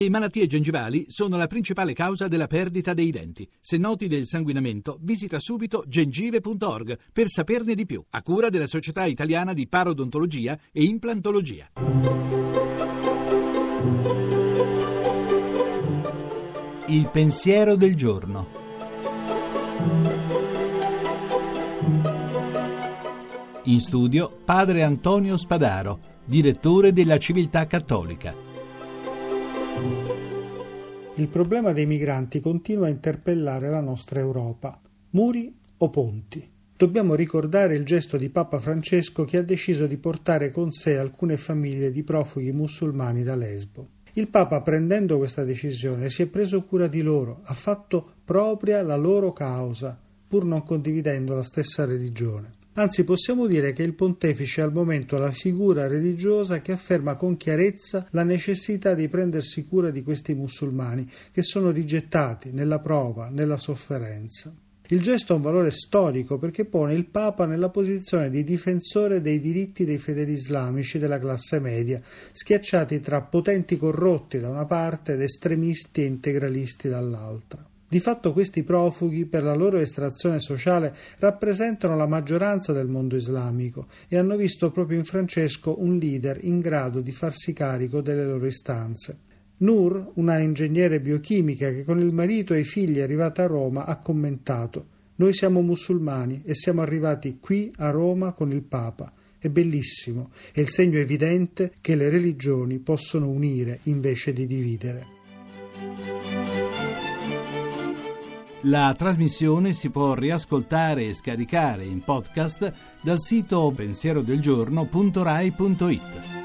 Le malattie gengivali sono la principale causa della perdita dei denti. Se noti del sanguinamento, visita subito gengive.org per saperne di più, a cura della Società Italiana di Parodontologia e Implantologia. Il pensiero del giorno. In studio padre Antonio Spadaro, direttore della Civiltà Cattolica. Il problema dei migranti continua a interpellare la nostra Europa. Muri o ponti? Dobbiamo ricordare il gesto di Papa Francesco che ha deciso di portare con sé alcune famiglie di profughi musulmani da Lesbo. Il Papa, prendendo questa decisione, si è preso cura di loro, ha fatto propria la loro causa, pur non condividendo la stessa religione. Anzi, possiamo dire che il pontefice è al momento la figura religiosa che afferma con chiarezza la necessità di prendersi cura di questi musulmani che sono rigettati nella prova, nella sofferenza. Il gesto ha un valore storico perché pone il Papa nella posizione di difensore dei diritti dei fedeli islamici della classe media, schiacciati tra potenti corrotti da una parte ed estremisti e integralisti dall'altra. Di fatto questi profughi, per la loro estrazione sociale, rappresentano la maggioranza del mondo islamico e hanno visto proprio in Francesco un leader in grado di farsi carico delle loro istanze. Nur, una ingegnere biochimica che con il marito e i figli arrivata a Roma, ha commentato: «Noi siamo musulmani e siamo arrivati qui a Roma con il Papa. È bellissimo, è il segno evidente che le religioni possono unire invece di dividere». La trasmissione si può riascoltare e scaricare in podcast dal sito pensierodelgiorno.rai.it.